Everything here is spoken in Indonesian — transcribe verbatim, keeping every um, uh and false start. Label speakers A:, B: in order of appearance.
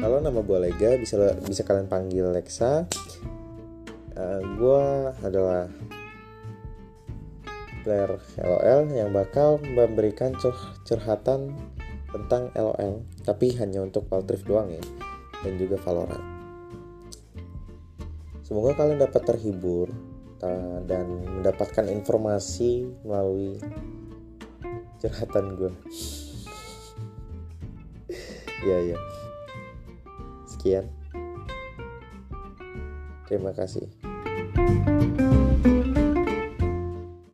A: Halo, nama gue Lega, bisa bisa kalian panggil Lexa. uh, Gue adalah player L O L yang bakal memberikan cur- curhatan tentang L O L, tapi hanya untuk Wild Rift doang ya, dan juga Valorant. Semoga kalian dapat terhibur ta- dan mendapatkan informasi melalui curhatan gue. Ya ya, sekian. Terima kasih.